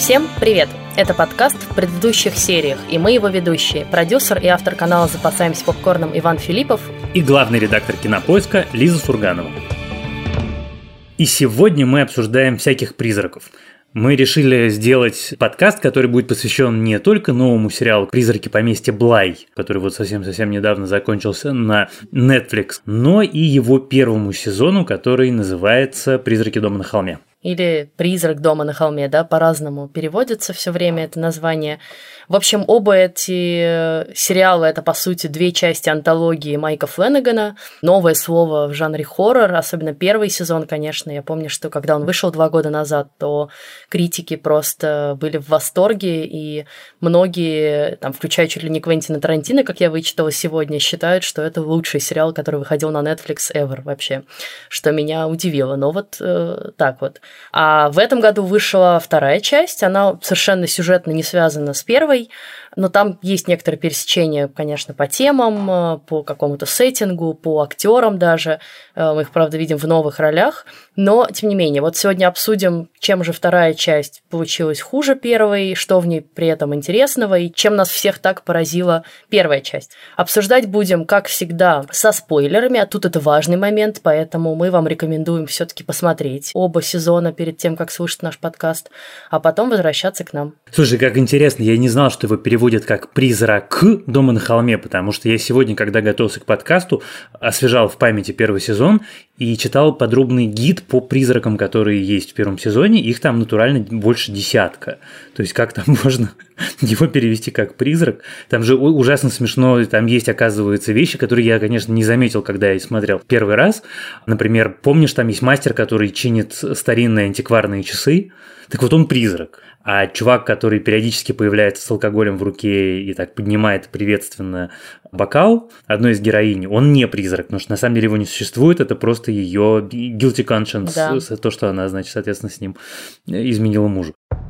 Всем привет! Это подкаст в предыдущих сериях, и мы его ведущие, продюсер и автор канала «Запасаемся попкорном» Иван Филиппов и главный редактор Кинопоиска Лиза Сурганова. И сегодня мы обсуждаем всяких призраков. Мы решили сделать подкаст, который будет посвящен не только новому сериалу «Призраки поместья Блай», который вот совсем недавно закончился на Netflix, но и его первому сезону, который называется «Призраки дома на холме». Или «Призрак дома на холме», да, по-разному переводится все время это название. В общем, оба эти сериалы — это, по сути, две части антологии Майка Флэнэгана. Новое слово в жанре хоррор, особенно первый сезон, конечно. Я помню, что когда он вышел 2 года назад, то критики просто были в восторге, и многие, там, включая чуть ли не Квентина Тарантино, как я вычитала сегодня, считают, что это лучший сериал, который выходил на Netflix ever вообще, что меня удивило. Но вот так вот. А в этом году вышла вторая часть, она совершенно сюжетно не связана с первой, но там есть некоторые пересечения, конечно, по темам, по какому-то сеттингу, по актерам даже. Мы их, правда, видим в новых ролях. Но, тем не менее, вот сегодня обсудим, чем же вторая часть получилась хуже первой, что в ней при этом интересного, и чем нас всех так поразила первая часть. Обсуждать будем, как всегда, со спойлерами, а тут это важный момент, поэтому мы вам рекомендуем все-таки посмотреть оба сезона перед тем, как слушать наш подкаст, а потом возвращаться к нам. Слушай, как интересно, я не знал, что его переводят как «Призрак дома на холме», потому что я сегодня, когда готовился к подкасту, освежал в памяти первый сезон и читал подробный гид по призракам, которые есть в первом сезоне. Их там натурально больше 10. То есть как там можно его перевести как «призрак»? Там же ужасно смешно, там есть, оказывается, вещи, которые я, конечно, не заметил, когда я смотрел первый раз. Например, помнишь, там есть мастер, который чинит старинные антикварные часы? Так вот он призрак. А чувак, который периодически появляется с алкоголем в руке и так поднимает приветственно бокал одной из героинь, он не призрак, потому что на самом деле его не существует, это просто ее guilty conscience, да. То, что она, значит, соответственно, с ним изменила мужу.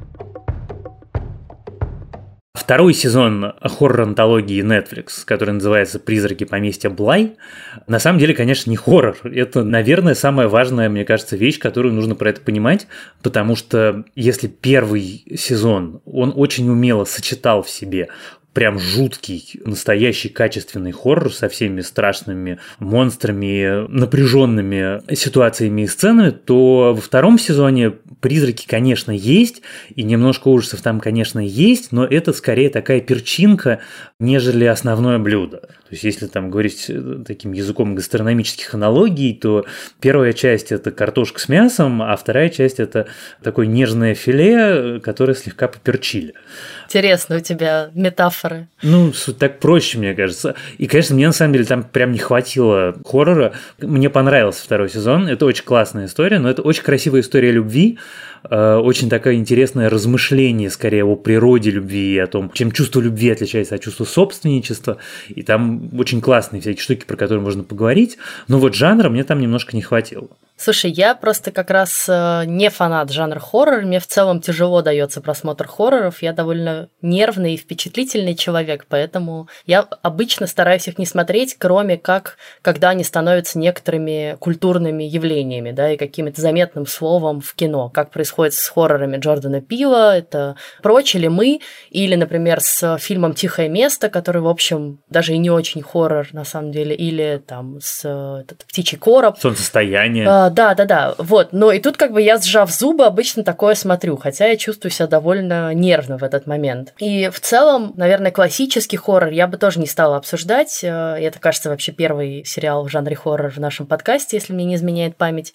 Второй сезон хоррор-антологии Netflix, который называется «Призраки поместья Блай», на самом деле, конечно, не хоррор. Это, наверное, самая важная, мне кажется, вещь, которую нужно про это понимать, потому что если первый сезон, он очень умело сочетал в себе прям жуткий, настоящий качественный хоррор со всеми страшными монстрами, напряженными ситуациями и сценами, то во втором сезоне призраки, конечно, есть, и немножко ужасов там, конечно, есть, но это скорее такая перчинка, нежели основное блюдо. То есть, если там говорить таким языком гастрономических аналогий, то первая часть – это картошка с мясом, а вторая часть – это такое нежное филе, которое слегка поперчили. Интересно у тебя метафоры. Ну, так проще, мне кажется. И, конечно, мне на самом деле там прям не хватило хоррора. Мне понравился второй сезон. Это очень классная история, но это очень красивая история любви. Очень такое интересное размышление, скорее, о природе любви и о том, чем чувство любви отличается от чувства собственничества. И там очень классные всякие штуки, про которые можно поговорить. Но вот жанра мне там немножко не хватило. Слушай, я просто как раз не фанат жанра хоррор, мне в целом тяжело дается просмотр хорроров, я довольно нервный и впечатлительный человек, поэтому я обычно стараюсь их не смотреть, кроме как, когда они становятся некоторыми культурными явлениями, да, и каким-то заметным словом в кино, как происходит с хоррорами Джордана Пила, это «Прочь» или «Мы», или, например, с фильмом «Тихое место», который, в общем, даже и не очень хоррор, на самом деле, или там с «Птичий короб». «Солнцестояние». Да, вот. Но и тут как бы я, сжав зубы, обычно такое смотрю, хотя я чувствую себя довольно нервно в этот момент. И в целом, наверное, классический хоррор я бы тоже не стала обсуждать. Это, кажется, вообще первый сериал в жанре хоррор в нашем подкасте, если мне не изменяет память.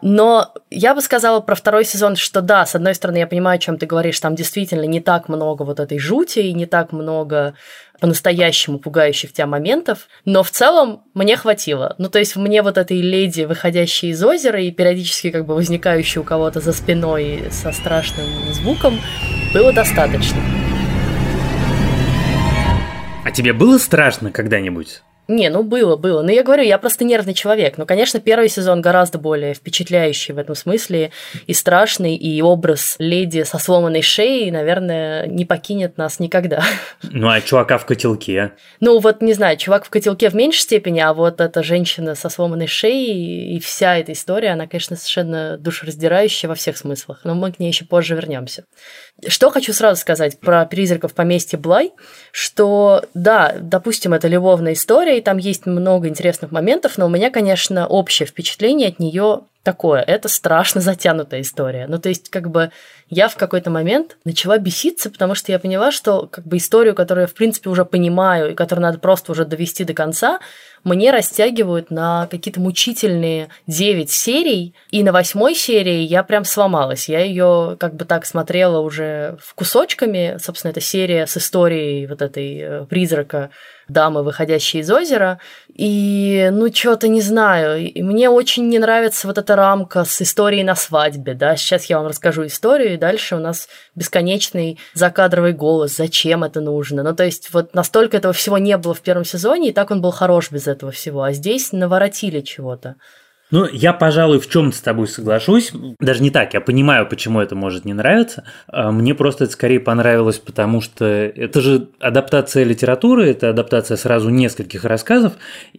Но я бы сказала про второй сезон, что да, с одной стороны, я понимаю, о чем ты говоришь, там действительно не так много вот этой жути и не так много по-настоящему пугающих тебя моментов, но в целом мне хватило. Ну, то есть мне вот этой леди, выходящей из озера и периодически как бы возникающей у кого-то за спиной со страшным звуком, было достаточно. А тебе было страшно когда-нибудь? Не, ну было. Но я говорю, я просто нервный человек. Но, конечно, первый сезон гораздо более впечатляющий в этом смысле и страшный, и образ леди со сломанной шеей, наверное, не покинет нас никогда. Ну, а чувака в котелке? Ну, вот, не знаю, чувак в котелке в меньшей степени, а вот эта женщина со сломанной шеей и вся эта история, она, конечно, совершенно душераздирающая во всех смыслах. Но мы к ней еще позже вернемся. Что хочу сразу сказать про «Призраков поместья Блай», что, да, допустим, это любовная история, и там есть много интересных моментов, но у меня, конечно, общее впечатление от нее такое. Это страшно затянутая история. Ну, то есть, как бы, я в какой-то момент начала беситься, потому что я поняла, что, как бы, историю, которую я, в принципе, уже понимаю, и которую надо просто уже довести до конца, мне растягивают на какие-то мучительные 9 серий, и на 8-й серии я прям сломалась. Я ее как бы так смотрела уже в кусочками. Собственно, это серия с историей вот этой призрака дамы, выходящей из озера. И, ну, что-то не знаю. И мне очень не нравится вот эта рамка с историей на свадьбе, да. Сейчас я вам расскажу историю, и дальше у нас бесконечный закадровый голос. Зачем это нужно? Ну, то есть вот настолько этого всего не было в первом сезоне, и так он был хорош без этого всего. А здесь наворотили чего-то. Ну, я, пожалуй, в чем-то с тобой соглашусь. Даже не так, я понимаю, почему это может не нравиться. Мне просто это скорее понравилось, потому что это же адаптация литературы, это адаптация сразу нескольких рассказов.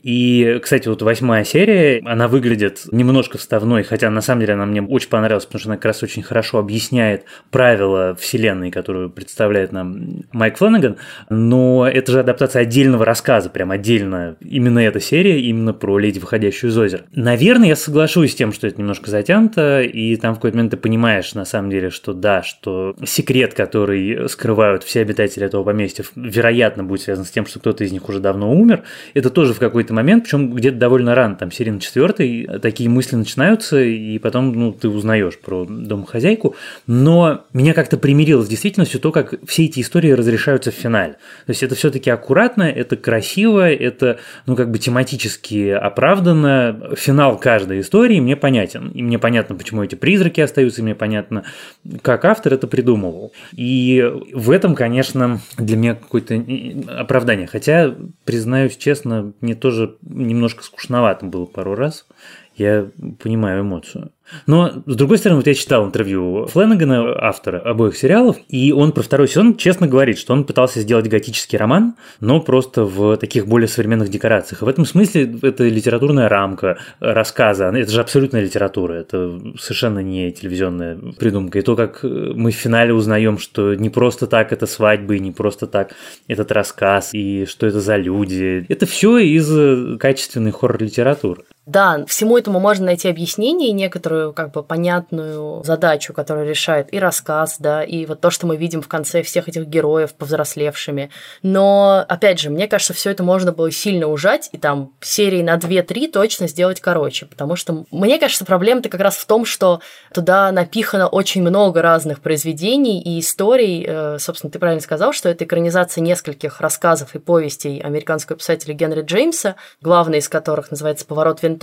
И, кстати, вот 8-я серия, она выглядит немножко вставной, хотя на самом деле она мне очень понравилась, потому что она как раз очень хорошо объясняет правила вселенной, которую представляет нам Майк Флэнеган. Но это же адаптация отдельного рассказа, прям отдельно. Именно эта серия, именно про леди, выходящую из озера. Наверное, я соглашусь с тем, что это немножко затянуто, и там в какой-то момент ты понимаешь, на самом деле, что да, что секрет, который скрывают все обитатели этого поместья, вероятно, будет связан с тем, что кто-то из них уже давно умер. Это тоже в какой-то момент, причем где-то довольно рано, там, серии на 4-й, такие мысли начинаются, и потом, ну, ты узнаешь про домохозяйку. Но меня как-то примирило с действительностью то, как все эти истории разрешаются в финале. То есть это все-таки аккуратно, это красиво, это, ну, как бы тематически оправданно. Финал каждой истории мне понятен. И мне понятно, почему эти призраки остаются, и мне понятно, как автор это придумывал. И в этом, конечно, для меня какое-то оправдание. Хотя, признаюсь честно, мне тоже немножко скучновато было пару раз. Я понимаю эмоцию. Но, с другой стороны, вот я читал интервью Флэнегана, автора обоих сериалов, и он про второй сезон честно говорит, что он пытался сделать готический роман, но просто в таких более современных декорациях. И в этом смысле это литературная рамка рассказа, это же абсолютная литература, это совершенно не телевизионная придумка. И то, как мы в финале узнаем, что не просто так это свадьбы, и не просто так этот рассказ, и что это за люди, это все из качественной хоррор-литературы. Да, всему этому можно найти объяснение и некоторую, как бы, понятную задачу, которую решает и рассказ, да, и вот то, что мы видим в конце всех этих героев повзрослевшими. Но, опять же, мне кажется, все это можно было сильно ужать, и там серии на 2-3 точно сделать короче, потому что, мне кажется, проблема-то как раз в том, что туда напихано очень много разных произведений и историй. Собственно, ты правильно сказал, что это экранизация нескольких рассказов и повестей американского писателя Генри Джеймса, главный из которых называется «Поворот винта»,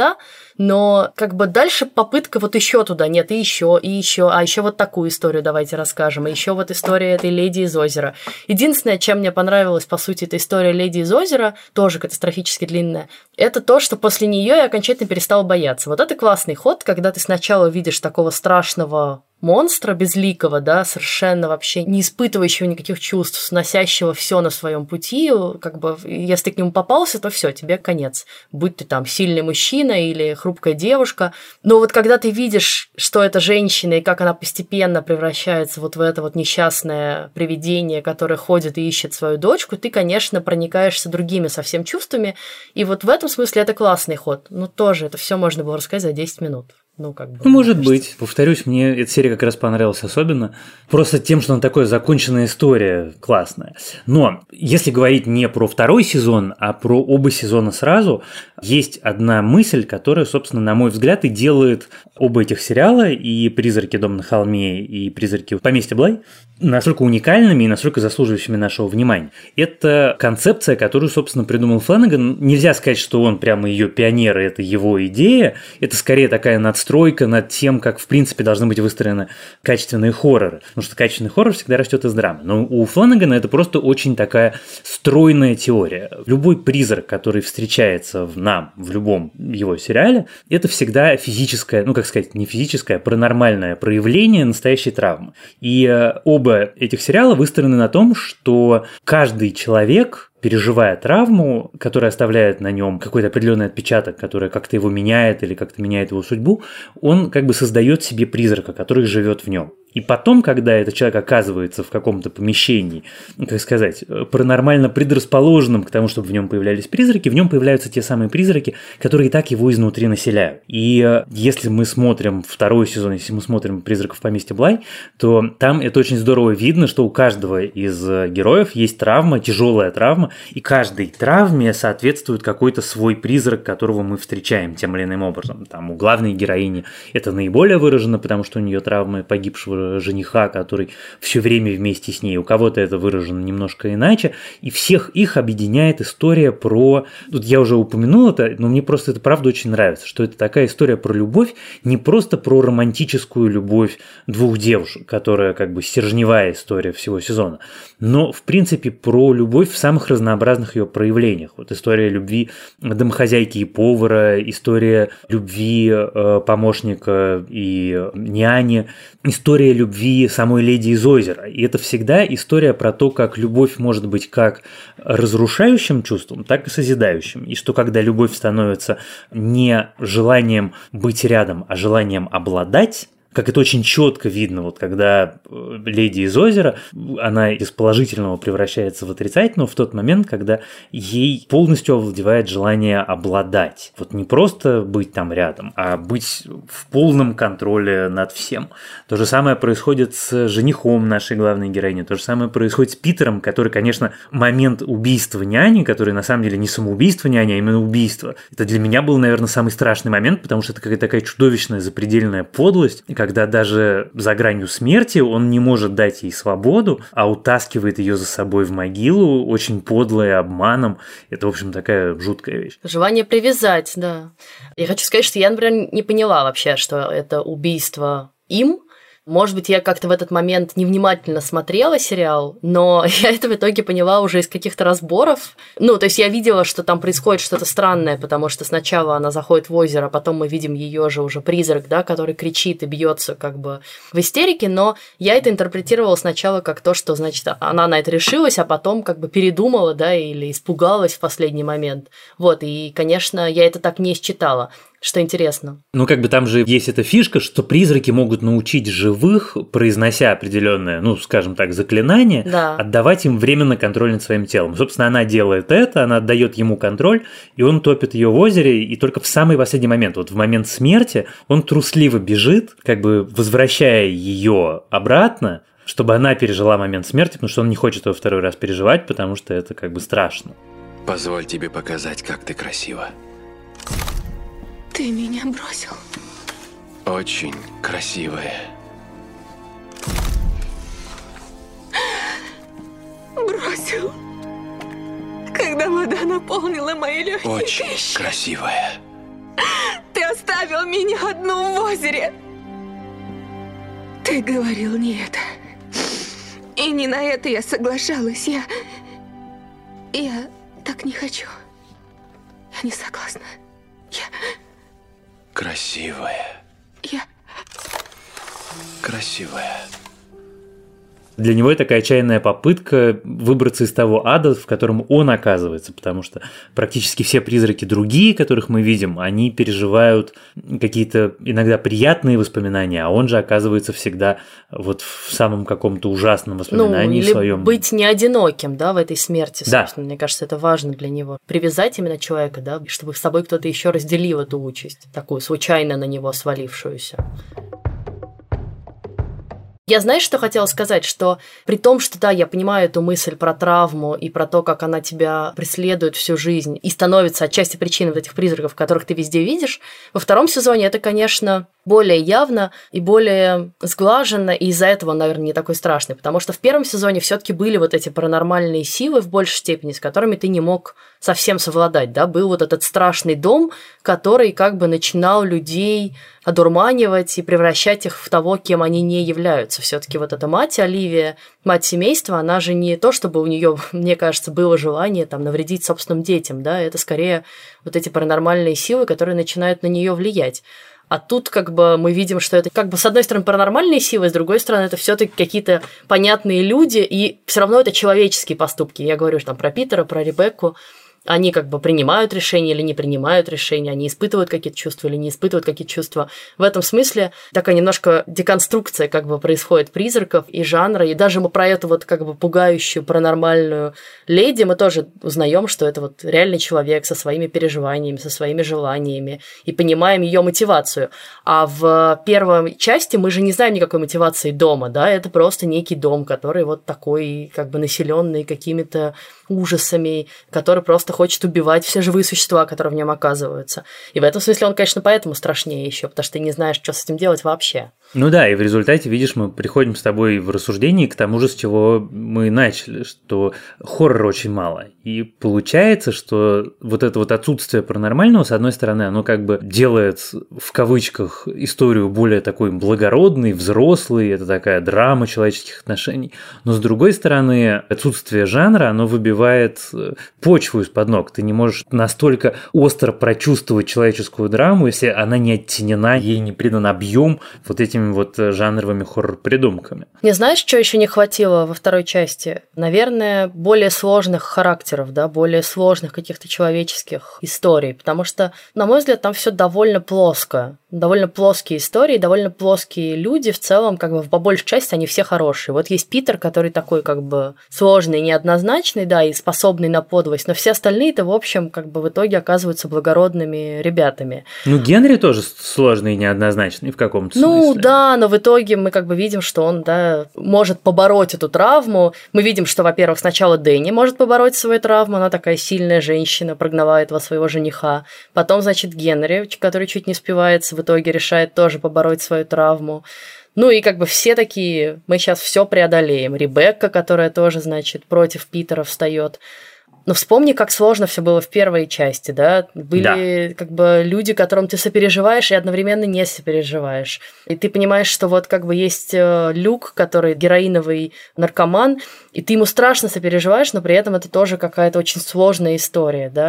но как бы дальше попытка вот еще туда, нет, и еще, а еще вот такую историю давайте расскажем, и еще вот история этой леди из озера. Единственное, чем мне понравилась, по сути, эта история леди из озера, тоже катастрофически длинная, это то, что после нее я окончательно перестала бояться. Вот это классный ход, когда ты сначала видишь такого страшного монстра безликого, да, совершенно вообще не испытывающего никаких чувств, сносящего все на своем пути, как бы, если ты к нему попался, то все, тебе конец. Будь ты там сильный мужчина или хрупкая девушка. Но вот когда ты видишь, что это женщина, и как она постепенно превращается вот в это вот несчастное привидение, которое ходит и ищет свою дочку, ты, конечно, проникаешься другими совсем чувствами. И вот в этом смысле это классный ход. Ну, тоже это все можно было рассказать за 10 минут. Ну, как бы. Может быть. Повторюсь, мне эта серия как раз понравилась особенно. Просто тем, что она такая законченная история, классная. Но если говорить не про второй сезон, а про оба сезона сразу, есть одна мысль, которая, собственно, на мой взгляд, и делает оба этих сериала, и «Призраки дома на холме», и «Призраки поместья Блай», настолько уникальными и настолько заслуживающими нашего внимания. Это концепция, которую, собственно, придумал Флэнэган. Нельзя сказать, что он прямо ее пионер, и это его идея. Это скорее такая надстройка над тем, как, в принципе, должны быть выстроены качественные хорроры. Потому что качественный хоррор всегда растет из драмы. Но у Флэнэгана это просто очень такая стройная теория. Любой призрак, который встречается в любом его сериале, это всегда физическое, не физическое, а паранормальное проявление настоящей травмы. И оба этих сериала выстроены на том, что каждый человек, переживая травму, которая оставляет на нем какой-то определенный отпечаток, который как-то его меняет или как-то меняет его судьбу, он как бы создает себе призрака, который живет в нем. И потом, когда этот человек оказывается в каком-то помещении, паранормально предрасположенном к тому, чтобы в нем появлялись призраки, в нем появляются те самые призраки, которые и так его изнутри населяют. И если мы смотрим второй сезон, если мы смотрим «Призраков поместья Блай», то там это очень здорово видно, что у каждого из героев есть травма, тяжелая травма, и каждой травме соответствует какой-то свой призрак, которого мы встречаем тем или иным образом. Там у главной героини это наиболее выражено, потому что у нее травмы погибшего жениха, который все время вместе с ней. У кого-то это выражено немножко иначе. И всех их объединяет история про... Тут я уже упомянул это, но мне просто это правда очень нравится, что это такая история про любовь, не просто про романтическую любовь двух девушек, которая как бы стержневая история всего сезона, но в принципе про любовь в самых разнообразных ее проявлениях. Вот история любви домохозяйки и повара, история любви помощника и няни, история любви самой леди из озера. И это всегда история про то, как любовь может быть как разрушающим чувством, так и созидающим. И что когда любовь становится не желанием быть рядом, а желанием обладать, как это очень четко видно, вот когда леди из озера, она из положительного превращается в отрицательного в тот момент, когда ей полностью овладевает желание обладать. Вот не просто быть там рядом, а быть в полном контроле над всем. То же самое происходит с женихом нашей главной героини, то же самое происходит с Питером, который, конечно, момент убийства няни, который на самом деле не самоубийство няни, а именно убийство. Это для меня был, наверное, самый страшный момент, потому что это какая-то такая чудовищная запредельная подлость, когда даже за гранью смерти он не может дать ей свободу, а утаскивает ее за собой в могилу, очень подло и обманом. Это, в общем, такая жуткая вещь. Желание привязать, да. Я хочу сказать, что я, например, не поняла вообще, что это убийство им. Может быть, я как-то в этот момент невнимательно смотрела сериал, но я это в итоге поняла уже из каких-то разборов. То есть я видела, что там происходит что-то странное, потому что сначала она заходит в озеро, а потом мы видим ее же уже призрак, да, который кричит и бьется как бы в истерике, но я это интерпретировала сначала как то, что, значит, она на это решилась, а потом как бы передумала, да, или испугалась в последний момент. Вот, и, конечно, я это так не считала. Что интересно. Там же есть эта фишка, что призраки могут научить живых, произнося определенное, скажем так, заклинание, да, отдавать им временно контроль над своим телом. Собственно, она делает это, она отдает ему контроль, и он топит ее в озере, и только в самый последний момент, вот в момент смерти, он трусливо бежит, как бы возвращая ее обратно, чтобы она пережила момент смерти, потому что он не хочет его второй раз переживать, потому что это как бы страшно. Позволь тебе показать, как ты красива. Ты меня бросил. Очень красивая. Бросил. Когда вода наполнила мои легкие. Очень красивая. Ты оставил меня одну в озере. Ты говорил не это. И не на это я соглашалась. Я так не хочу. Я не согласна. Красивая. Красивая. Для него это такая отчаянная попытка выбраться из того ада, в котором он оказывается, потому что практически все призраки другие, которых мы видим, они переживают какие-то иногда приятные воспоминания, а он же оказывается всегда вот в самом каком-то ужасном воспоминании или своем. Быть не одиноким, да, в этой смерти, собственно. Да. Мне кажется, это важно для него. Привязать именно человека, да, чтобы с собой кто-то еще разделил эту участь, такую случайно на него свалившуюся. Я, знаешь, что хотела сказать, что при том, что, да, я понимаю эту мысль про травму и про то, как она тебя преследует всю жизнь и становится отчасти причиной вот этих призраков, которых ты везде видишь, во втором сезоне это, конечно, более явно и более сглаженно, и из-за этого, наверное, не такой страшный, потому что в первом сезоне все-таки были вот эти паранормальные силы в большей степени, с которыми ты не мог совсем совладать, да, был вот этот страшный дом, который как бы начинал людей одурманивать и превращать их в того, кем они не являются. Все-таки вот эта мать Оливия, мать семейства, она же не то, чтобы у нее, мне кажется, было желание там навредить собственным детям, да, это скорее вот эти паранормальные силы, которые начинают на нее влиять. А тут как бы мы видим, что это как бы с одной стороны паранормальные силы, с другой стороны это все-таки какие-то понятные люди, и все равно это человеческие поступки. Я говорю там про Питера, про Ребекку. Они как бы принимают решения или не принимают решения, они испытывают какие-то чувства или не испытывают какие-то чувства. В этом смысле такая немножко деконструкция как бы происходит призраков и жанра, и даже мы про эту вот как бы пугающую паранормальную леди мы тоже узнаем, что это вот реальный человек со своими переживаниями, со своими желаниями, и понимаем ее мотивацию. А в первой части мы же не знаем никакой мотивации дома, да, это просто некий дом, который вот такой как бы населенный какими-то ужасами, который просто хочет убивать все живые существа, которые в нем оказываются. И в этом смысле он, конечно, поэтому страшнее еще, потому что ты не знаешь, что с этим делать вообще. Ну да, и в результате, видишь, мы приходим с тобой в рассуждении к тому же, с чего мы начали, что хоррора очень мало. И получается, что вот это вот отсутствие паранормального, с одной стороны, оно как бы делает, в кавычках, историю более такой благородной, взрослой, это такая драма человеческих отношений. Но с другой стороны, отсутствие жанра, оно выбивает почву из-под ног. Ты не можешь настолько остро прочувствовать человеческую драму, если она не оттенена, ей не придан объем вот этими вот жанровыми хоррор-придумками. Не знаешь, что еще не хватило во второй части? Наверное, более сложных характеров, да, более сложных каких-то человеческих историй, потому что, на мой взгляд, там все довольно плоско. Довольно плоские истории, довольно плоские люди в целом, как бы по большей части они все хорошие. Вот есть Питер, который такой как бы сложный, неоднозначный, да, и способный на подлость, но все остальные-то, в общем, как бы в итоге оказываются благородными ребятами. Ну, Генри тоже сложный и неоднозначный в каком-то смысле. Ну, да, но в итоге мы как бы видим, что он, да, может побороть эту травму. Мы видим, что, во-первых, сначала Дэнни может побороть свою травму, она такая сильная женщина, прогнала этого своего жениха. Потом, значит, Генри, который чуть не спивается, в итоге решает тоже побороть свою травму. Ну и как бы все такие, мы сейчас все преодолеем. Ребекка, которая тоже, значит, против Питера встает. Но вспомни, как сложно все было в первой части, да? Были как бы люди, которым ты сопереживаешь и одновременно не сопереживаешь. И ты понимаешь, что вот как бы есть Люк, который героиновый наркоман, и ты ему страшно сопереживаешь, но при этом это тоже какая-то очень сложная история, да?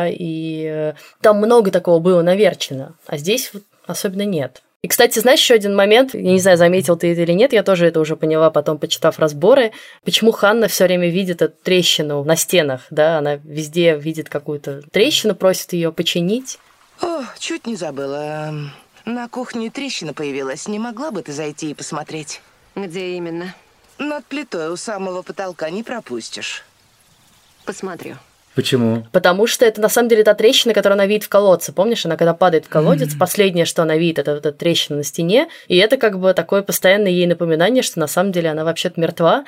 И там много такого было наверчено, а здесь особенно нет. И, кстати, знаешь, еще один момент, я не знаю, заметил ты это или нет, я тоже это уже поняла, потом почитав разборы, почему Ханна все время видит эту трещину на стенах, да, она везде видит какую-то трещину, просит ее починить. О, чуть не забыла. На кухне трещина появилась, не могла бы ты зайти и посмотреть? Где именно? Над плитой у самого потолка, не пропустишь. Посмотрю. Почему? Потому что это на самом деле та трещина, которую она видит в колодце. Помнишь, она когда падает в колодец, последнее, что она видит, это вот эта трещина на стене. И это как бы такое постоянное ей напоминание, что на самом деле она вообще-то мертва.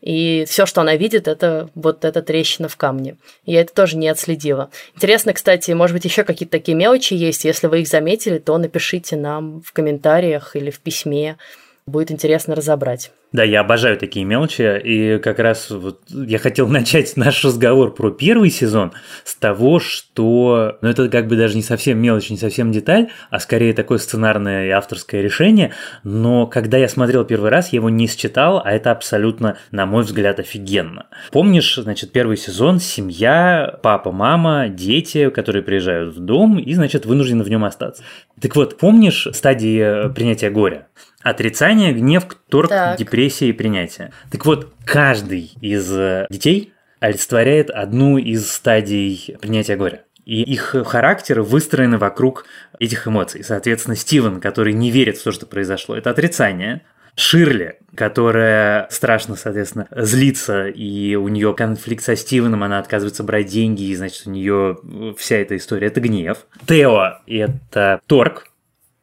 И все, что она видит, это вот эта трещина в камне. Я это тоже не отследила. Интересно, кстати, может быть, еще какие-то такие мелочи есть. Если вы их заметили, то напишите нам в комментариях или в письме. Будет интересно разобрать. Да, я обожаю такие мелочи, и как раз вот я хотел начать наш разговор про первый сезон с того, что, ну, это как бы даже не совсем мелочь, не совсем деталь, а скорее такое сценарное и авторское решение, но когда я смотрел первый раз, я его не считал, а это абсолютно, на мой взгляд, офигенно. Помнишь, значит, первый сезон, семья, папа, мама, дети, которые приезжают в дом и, значит, вынуждены в нем остаться. Так вот, помнишь стадии принятия горя? Отрицание, гнев, торг, депрессия и принятие. Так вот, каждый из детей олицетворяет одну из стадий принятия горя. И их характеры выстроены вокруг этих эмоций. Соответственно, Стивен, который не верит в то, что произошло, это отрицание. Ширли, которая страшно, соответственно, злится, и у нее конфликт со Стивеном, она отказывается брать деньги, и, значит, у нее вся эта история – это гнев. Тео – это торг.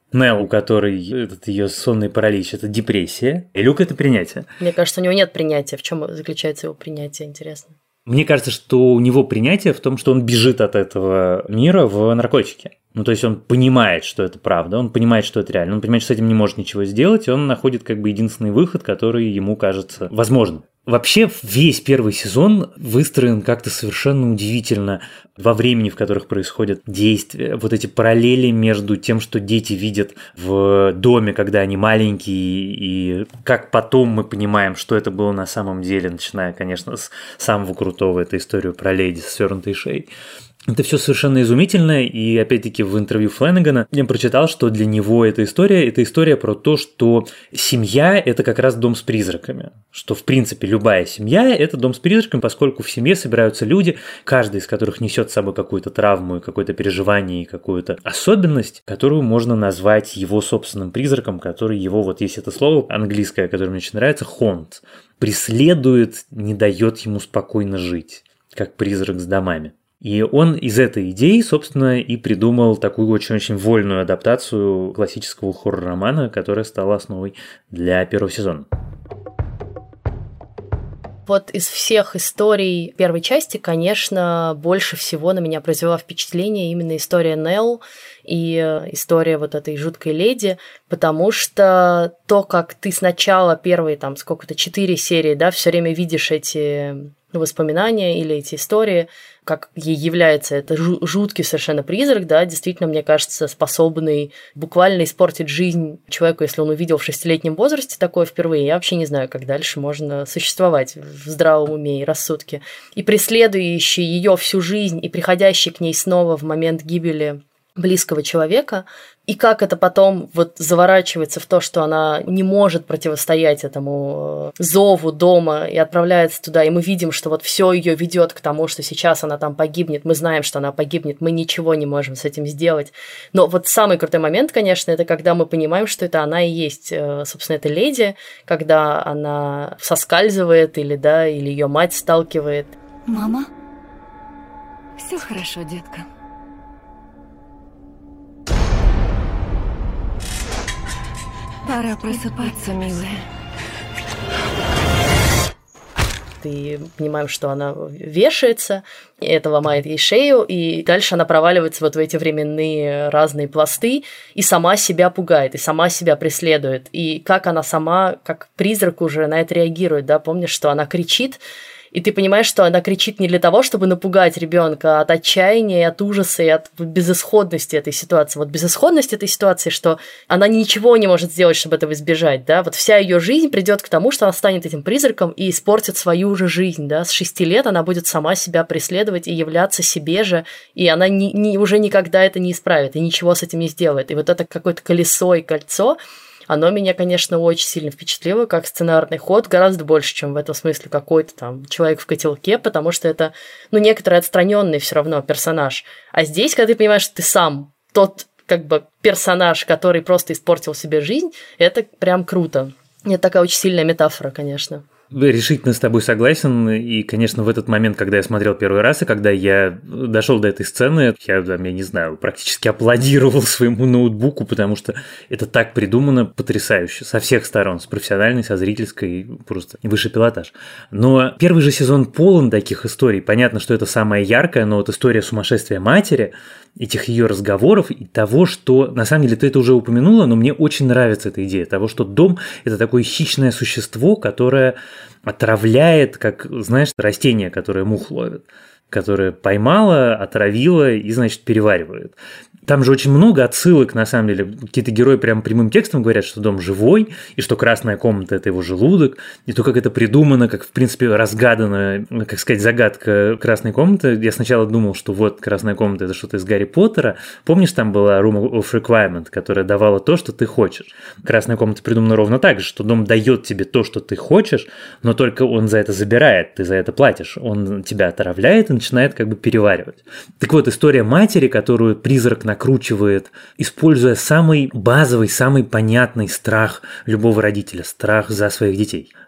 Нелл, у которой этот ее сонный паралич, это депрессия, и Люк – это принятие. Мне кажется, у него нет принятия. В чем заключается его принятие, интересно? Мне кажется, что у него принятие в том, что он бежит от этого мира в наркотики. Ну, то есть он понимает, что это правда, он понимает, что это реально, он понимает, что с этим не может ничего сделать, и он находит как бы единственный выход, который ему кажется возможным. Вообще весь первый сезон выстроен как-то совершенно удивительно во времени, в которых происходят действия. Вот эти параллели между тем, что дети видят в доме, когда они маленькие, и как потом мы понимаем, что это было на самом деле, начиная, конечно, с самого крутого, это историю про леди с свернутой шеей. Это все совершенно изумительно, и опять-таки в интервью Флэнагана я прочитал, что для него эта история про то, что семья – это как раз дом с призраками, что в принципе любая семья – это дом с призраками, поскольку в семье собираются люди, каждый из которых несет с собой какую-то травму, какое-то переживание и какую-то особенность, которую можно назвать его собственным призраком, который его, вот есть это слово английское, которое мне очень нравится, haunt, преследует, не дает ему спокойно жить, как призрак с домами. И он из этой идеи, собственно, и придумал такую очень-очень вольную адаптацию классического хоррор-романа, которая стала основой для первого сезона. Вот из всех историй первой части, конечно, больше всего на меня произвела впечатление именно история Нелл и история вот этой жуткой леди, потому что то, как ты сначала первые, там, сколько-то 4 серии, да, все время видишь эти воспоминания или эти истории, как ей является это жуткий совершенно призрак, да, действительно, мне кажется, способный буквально испортить жизнь человеку, если он увидел в 6-летнем возрасте такое впервые. Я вообще не знаю, как дальше можно существовать в здравом уме и рассудке. И преследующий ее всю жизнь, и приходящий к ней снова в момент гибели близкого человека, и как это потом вот заворачивается в то, что она не может противостоять этому зову дома и отправляется туда, и мы видим, что вот все ее ведет к тому, что сейчас она там погибнет, мы знаем, что она погибнет, мы ничего не можем с этим сделать. Но вот самый крутой момент, конечно, это когда мы понимаем, что это она и есть, собственно, эта леди, когда она соскальзывает или ее мать сталкивает. Мама? Все хорошо, детка. Пора просыпаться, милая. И понимаем, что она вешается, и это ломает ей шею, и дальше она проваливается вот в эти временные разные пласты и сама себя пугает, и сама себя преследует. И как она сама, как призрак уже на это реагирует, да, помнишь, что она кричит, и ты понимаешь, что она кричит не для того, чтобы напугать ребенка, а от отчаяния, от ужаса и от безысходности этой ситуации. Вот безысходность этой ситуации, что она ничего не может сделать, чтобы этого избежать, да, вот вся ее жизнь придет к тому, что она станет этим призраком и испортит свою же жизнь, да, с 6 лет она будет сама себя преследовать и являться себе же, и она уже никогда это не исправит и ничего с этим не сделает. И вот это какое-то колесо и кольцо, оно меня, конечно, очень сильно впечатлило, как сценарный ход, гораздо больше, чем в этом смысле какой-то там человек в котелке, потому что это, некоторый отстраненный все равно персонаж. А здесь, когда ты понимаешь, что ты сам тот, как бы, персонаж, который просто испортил себе жизнь, это прям круто. Это такая очень сильная метафора, конечно. Решительно с тобой согласен, и, конечно, в этот момент, когда я смотрел первый раз, и когда я дошел до этой сцены, я не знаю, практически аплодировал своему ноутбуку, потому что это так придумано потрясающе, со всех сторон, с профессиональной, со зрительской, просто высший пилотаж. Но первый же сезон полон таких историй, понятно, что это самая яркая, но вот история сумасшествия матери, этих ее разговоров и того, что, на самом деле, ты это уже упомянула, но мне очень нравится эта идея того, что дом – это такое хищное существо, которое отравляет, как, знаешь, растение, которое мух ловит, которое поймала, отравила и, значит, переваривает. Там же очень много отсылок, на самом деле. Какие-то герои прям прямым текстом говорят, что дом живой, и что красная комната – это его желудок, и то, как это придумано, как, в принципе, разгадана, как сказать, загадка красной комнаты. Я сначала думал, что вот красная комната – это что-то из Гарри Поттера. Помнишь, там была Room of Requirement, которая давала то, что ты хочешь? Красная комната придумана ровно так же, что дом дает тебе то, что ты хочешь, но только он за это забирает, ты за это платишь. Он тебя отравляет и начинает как бы переваривать. Так вот, история матери, которую призрак накручивает, используя самый базовый, самый понятный страх любого родителя, страх за своих детей.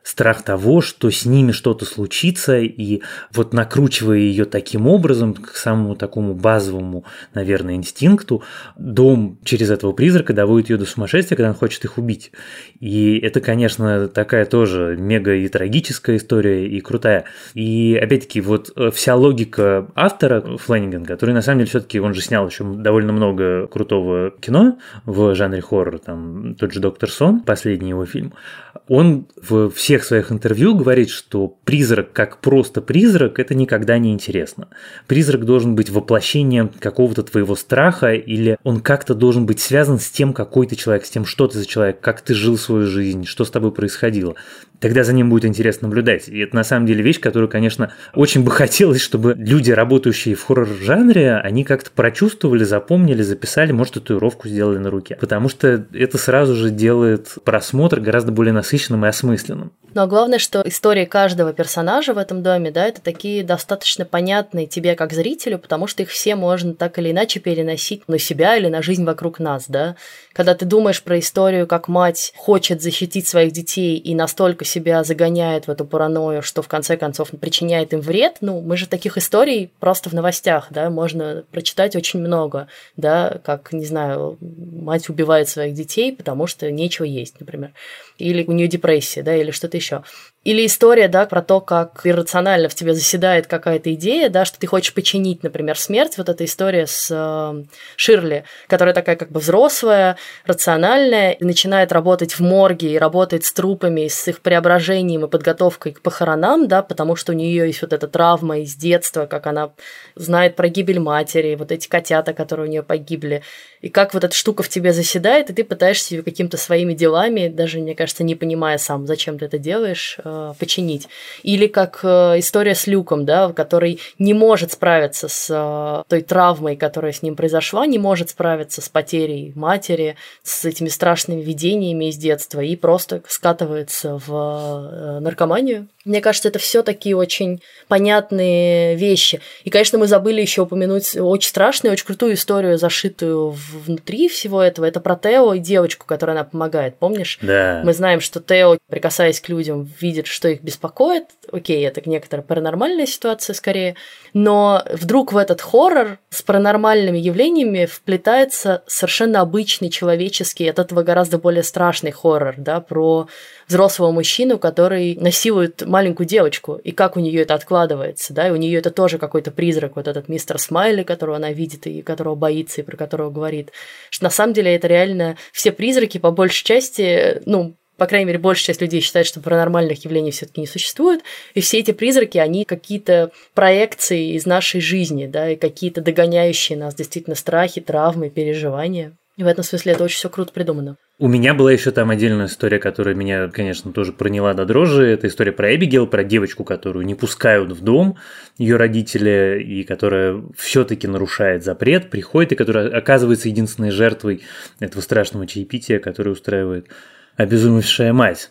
страх того, что с ними что-то случится, и вот накручивая ее таким образом, к самому такому базовому, наверное, инстинкту, дом через этого призрака доводит ее до сумасшествия, когда он хочет их убить. И это, конечно, такая тоже мега и трагическая история, и крутая. И опять-таки, вот вся логика автора Флэниган, который на самом деле все-таки, он же снял еще довольно много крутого кино в жанре хоррор, там тот же «Доктор Сон», последний его фильм, он в всех своих интервью говорит, что призрак как просто призрак – это никогда не интересно. Призрак должен быть воплощением какого-то твоего страха, или он как-то должен быть связан с тем, какой ты человек, с тем, что ты за человек, как ты жил свою жизнь, что с тобой происходило. Тогда за ним будет интересно наблюдать. И это на самом деле вещь, которую, конечно, очень бы хотелось, чтобы люди, работающие в хоррор-жанре, они как-то прочувствовали, запомнили, записали, может, татуировку сделали на руке. Потому что это сразу же делает просмотр гораздо более насыщенным и осмысленным. Но главное, что истории каждого персонажа в этом доме, да, это такие достаточно понятные тебе как зрителю, потому что их все можно так или иначе переносить на себя или на жизнь вокруг нас, да. Когда ты думаешь про историю, как мать хочет защитить своих детей и настолько себя загоняет в эту паранойю, что в конце концов причиняет им вред, ну, мы же таких историй просто в новостях, да, можно прочитать очень много, да, как, не знаю, мать убивает своих детей, потому что нечего есть, например, или у нее депрессия, да, или что-то еще. Или история, да, про то, как иррационально в тебе заседает какая-то идея, да, что ты хочешь починить, например, смерть. Вот эта история с Ширли, которая такая как бы взрослая, рациональная, и начинает работать в морге и работает с трупами, с их преображением и подготовкой к похоронам, да, потому что у нее есть вот эта травма из детства, как она знает про гибель матери, вот эти котята, которые у нее погибли, и как вот эта штука в тебе заседает, и ты пытаешься ее какими-то своими делами, даже, мне кажется, не понимая сам, зачем ты это делаешь, починить. Или как история с Люком, да, который не может справиться с той травмой, которая с ним произошла, не может справиться с потерей матери, с этими страшными видениями из детства и просто скатывается в наркоманию. Мне кажется, это все такие очень понятные вещи. И, конечно, мы забыли еще упомянуть очень страшную, очень крутую историю, зашитую внутри всего этого. Это про Тео и девочку, которой она помогает, помнишь? Да. Мы знаем, что Тео, прикасаясь к людям, видит, что их беспокоит. Окей, это некоторая паранормальная ситуация скорее. Но вдруг в этот хоррор с паранормальными явлениями вплетается совершенно обычный человеческий, от этого гораздо более страшный хоррор, да, про взрослого мужчину, который насилует маленькую девочку, и как у нее это откладывается, да, и у нее это тоже какой-то призрак, вот этот мистер Смайли, которого она видит и которого боится, и про которого говорит, что на самом деле это реально все призраки по большей части, ну, по крайней мере, большая часть людей считает, что паранормальных явлений все-таки не существует, и все эти призраки, они какие-то проекции из нашей жизни, да, и какие-то догоняющие нас действительно страхи, травмы, переживания. И в этом смысле это очень все круто придумано. У меня была еще там отдельная история, которая меня, конечно, тоже проняла до дрожи. Это история про Эбигейл, про девочку, которую не пускают в дом ее родители, и которая все-таки нарушает запрет, приходит, и которая оказывается единственной жертвой этого страшного чаепития, которое устраивает обезумевшая мать.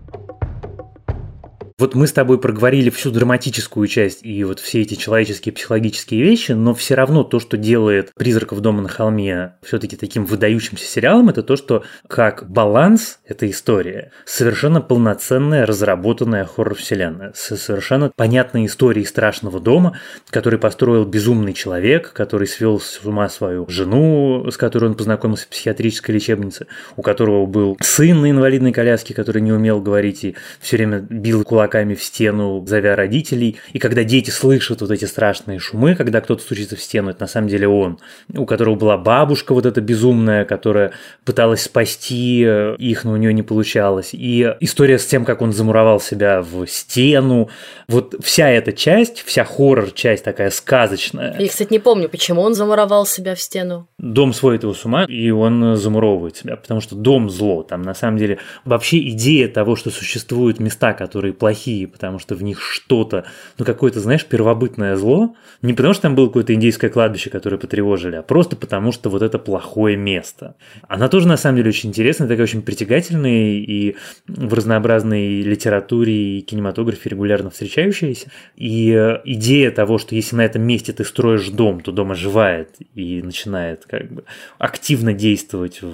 Вот мы с тобой проговорили всю драматическую часть и вот все эти человеческие психологические вещи, но все равно то, что делает «Призраков дома на холме» все-таки таким выдающимся сериалом, это то, что как баланс этой истории совершенно полноценная, разработанная хоррор-вселенная с совершенно понятной историей страшного дома, который построил безумный человек, который свел с ума свою жену, с которой он познакомился в психиатрической лечебнице, у которого был сын на инвалидной коляске, который не умел говорить и все время бил кулаками в стену, зовя родителей. И когда дети слышат вот эти страшные шумы, когда кто-то стучится в стену, это на самом деле он, у которого была бабушка вот эта безумная, которая пыталась спасти их, но у нее не получалось. И история с тем, как он замуровал себя в стену. Вот вся эта часть, вся хоррор-часть такая сказочная. Я, кстати, не помню, почему он замуровал себя в стену. Дом сводит его с ума, и он замуровывает себя, потому что дом зло. Там на самом деле вообще идея того, что существуют места, которые плохие, потому что в них что-то, ну какое-то, знаешь, первобытное зло, не потому что там было какое-то индейское кладбище, которое потревожили, а просто потому что вот это плохое место. Она тоже на самом деле очень интересная, такая очень притягательная и в разнообразной литературе и кинематографе регулярно встречающаяся. И идея того, что если на этом месте ты строишь дом, то дом оживает и начинает как бы активно действовать в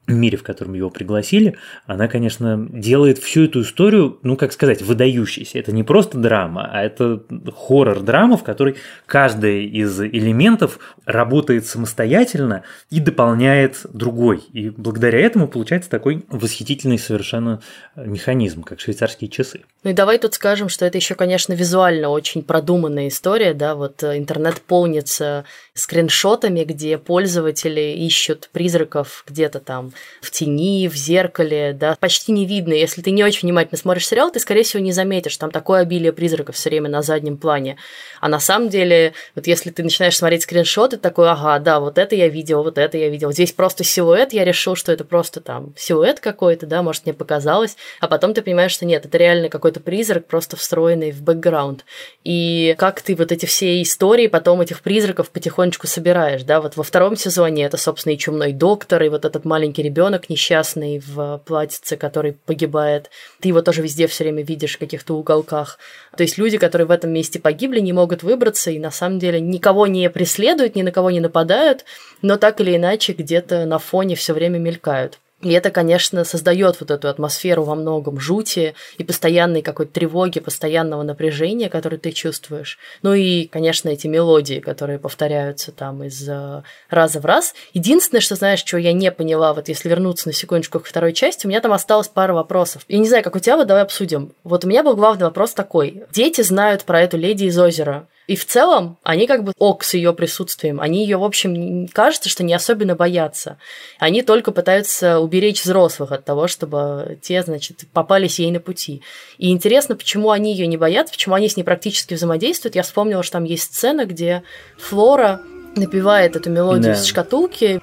мире, в котором его пригласили, она, конечно, делает всю эту историю, ну, как сказать, выдающейся. Это не просто драма, а это хоррор-драма, в которой каждый из элементов работает самостоятельно и дополняет другой. И благодаря этому получается такой восхитительный совершенно механизм, как швейцарские часы. Ну и давай тут скажем, что это еще, конечно, визуально очень продуманная история, да, вот интернет полнится скриншотами, где пользователи ищут призраков где-то там в тени, в зеркале, да, почти не видно. Если ты не очень внимательно смотришь сериал, ты, скорее всего, не заметишь, там такое обилие призраков все время на заднем плане. А на самом деле, вот если ты начинаешь смотреть скриншоты, такой, ага, да, вот это я видел, вот это я видел. Здесь просто силуэт, я решил, что это просто там силуэт какой-то, да, может, мне показалось, а потом ты понимаешь, что нет, это реально какой-то призрак, просто встроенный в бэкграунд. И как ты вот эти все истории потом этих призраков потихонечку собираешь, да, вот во втором сезоне это, собственно, и чумной доктор, и вот этот маленький ребенок несчастный в платьице, который погибает. Ты его тоже везде все время видишь в каких-то уголках. То есть люди, которые в этом месте погибли, не могут выбраться и на самом деле никого не преследуют, ни на кого не нападают, но так или иначе где-то на фоне все время мелькают. И это, конечно, создает вот эту атмосферу во многом жути и постоянной какой-то тревоги, постоянного напряжения, которое ты чувствуешь. Ну и, конечно, эти мелодии, которые повторяются там из раза в раз. Единственное, что, знаешь, чего я не поняла, вот если вернуться на секундочку к второй части, у меня там осталось пара вопросов. Я не знаю, как у тебя, вот давай обсудим. Вот у меня был главный вопрос такой. Дети знают про эту леди из озера. И в целом они как бы ок с ее присутствием. Они ее, в общем, кажется, что не особенно боятся. Они только пытаются уберечь взрослых от того, чтобы те, значит, попались ей на пути. И интересно, почему они ее не боятся, почему они с ней практически взаимодействуют. Я вспомнила, что там есть сцена, где Флора напевает эту мелодию из шкатулки.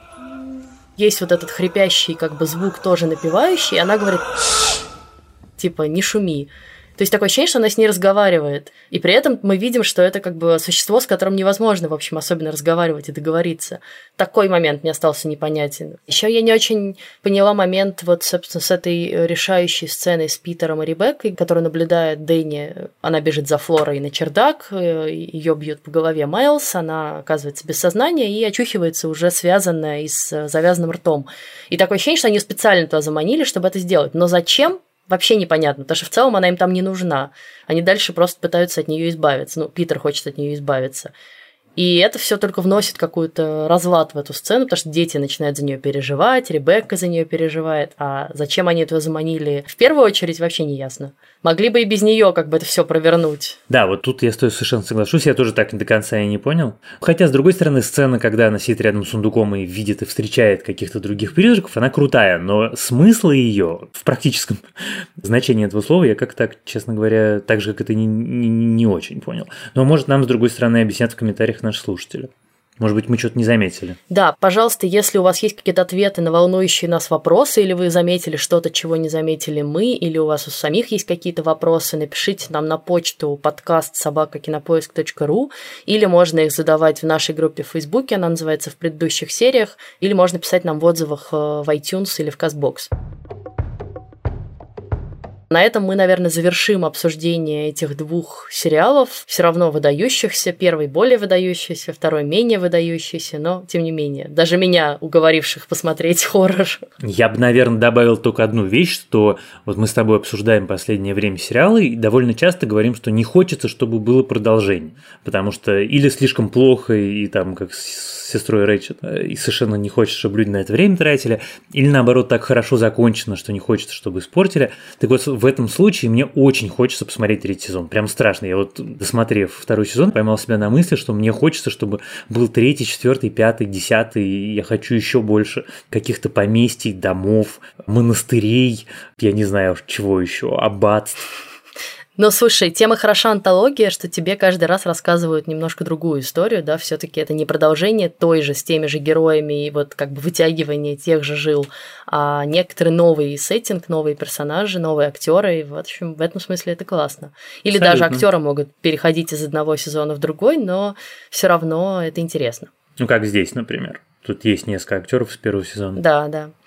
Есть вот этот хрипящий как бы звук, тоже напевающий, и она говорит, типа, не шуми. То есть такое ощущение, что она с ней разговаривает. И при этом мы видим, что это как бы существо, с которым невозможно, в общем, особенно разговаривать и договориться. Такой момент мне остался непонятен. Еще я не очень поняла момент вот, собственно, с этой решающей сценой с Питером и Ребеккой, которую наблюдает Дэнни. Она бежит за Флорой на чердак, ее бьет по голове Майлз, она оказывается без сознания и очухивается уже связанная и с завязанным ртом. И такое ощущение, что они специально туда заманили, чтобы это сделать. Но зачем? Вообще непонятно, потому что в целом она им там не нужна. Они дальше просто пытаются от нее избавиться. Ну, Питер хочет от нее избавиться. И это все только вносит какой-то разлад в эту сцену, потому что дети начинают за нее переживать, Ребекка за нее переживает. А зачем они этого заманили? В первую очередь вообще не ясно. Могли бы и без нее как бы это все провернуть. Да, вот тут я с тобой совершенно соглашусь, я тоже так до конца и не понял. Хотя, с другой стороны, сцена, когда она сидит рядом с сундуком и видит и встречает каких-то других призраков, она крутая, но смысл ее в практическом значении этого слова я как-то так, честно говоря, так же, как это не очень понял. Но, может, нам, с другой стороны, объяснят в комментариях наши слушатели. Может быть, мы что-то не заметили. Да, пожалуйста, если у вас есть какие-то ответы на волнующие нас вопросы, или вы заметили что-то, чего не заметили мы, или у вас у самих есть какие-то вопросы, напишите нам на почту podcast@kinopoisk.ru, или можно их задавать в нашей группе в Фейсбуке, она называется «В предыдущих сериях», или можно писать нам в отзывах в iTunes или в CastBox. На этом мы, наверное, завершим обсуждение этих двух сериалов, все равно выдающихся. Первый более выдающийся, второй менее выдающийся, но тем не менее, даже меня уговоривших посмотреть хоррор. Я бы, наверное, добавил только одну вещь, что вот мы с тобой обсуждаем в последнее время сериалы и довольно часто говорим, что не хочется, чтобы было продолжение, потому что или слишком плохо, и там, как с сестрой Рэйчет, и совершенно не хочется, чтобы люди на это время тратили, или наоборот, так хорошо закончено, что не хочется, чтобы испортили. Так вот, в этом случае мне очень хочется посмотреть третий сезон. Прям страшно. Я вот, досмотрев второй сезон, поймал себя на мысли, что мне хочется, чтобы был третий, четвертый, пятый, десятый, и я хочу еще больше каких-то поместий, домов, монастырей, я не знаю, чего еще, аббатств. Но слушай, тема хороша антология, что тебе каждый раз рассказывают немножко другую историю, да, все-таки это не продолжение той же, с теми же героями и вот как бы вытягивание тех же жил, а некоторый новый сеттинг, новые персонажи, новые актеры, и в общем, в этом смысле это классно. Или абсолютно. Даже актеры могут переходить из одного сезона в другой, но все равно это интересно. Ну, как здесь, например. Тут есть несколько актеров с первого сезона. Да, да.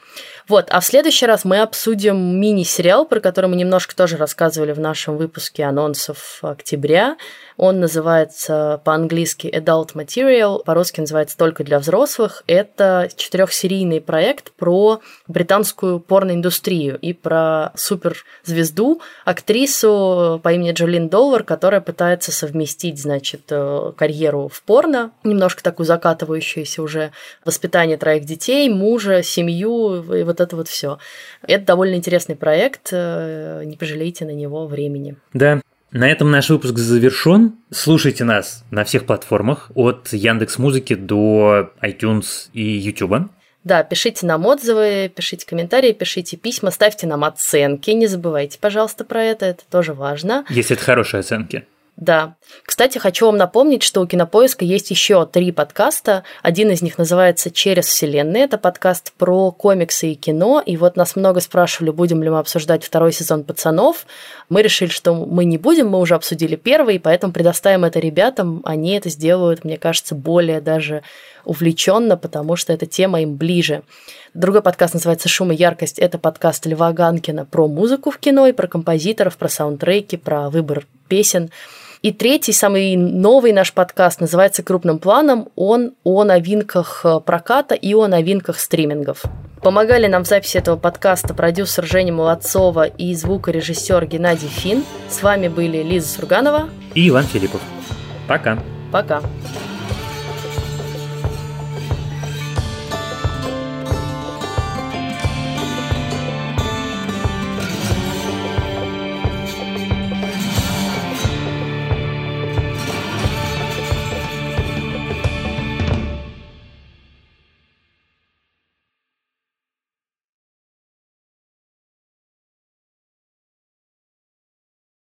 Вот, а в следующий раз мы обсудим мини-сериал, про который мы немножко тоже рассказывали в нашем выпуске анонсов октября. Он называется по-английски Adult Material, по-русски называется «Только для взрослых». Это 4-серийный проект про британскую порноиндустрию и про суперзвезду, актрису по имени Джолин Долвар, которая пытается совместить, значит, карьеру в порно, немножко такую закатывающуюся уже, воспитание 3 детей, мужа, семью и вот это вот все. Это довольно интересный проект, не пожалейте на него времени. Да. На этом наш выпуск завершен. Слушайте нас на всех платформах, от Яндекс.Музыки до iTunes и YouTube. Да, пишите нам отзывы, пишите комментарии, пишите письма, ставьте нам оценки. Не забывайте, пожалуйста, про это тоже важно. Если это хорошие оценки. Да. Кстати, хочу вам напомнить, что у Кинопоиска есть еще 3 подкаста. Один из них называется «Через вселенные». Это подкаст про комиксы и кино. И вот нас много спрашивали, будем ли мы обсуждать 2 сезон «Пацанов». Мы решили, что мы не будем, мы уже обсудили 1, поэтому предоставим это ребятам. Они это сделают, мне кажется, более даже увлеченно, потому что эта тема им ближе. Другой подкаст называется «Шум и яркость». Это подкаст Льва Ганкина про музыку в кино и про композиторов, про саундтреки, про выбор песен. И 3, самый новый наш подкаст называется «Крупным планом». Он о новинках проката и о новинках стримингов. Помогали нам в записи этого подкаста продюсер Женя Молодцова и звукорежиссер Геннадий Фин. С вами были Лиза Сурганова и Иван Филиппов. Пока. Пока.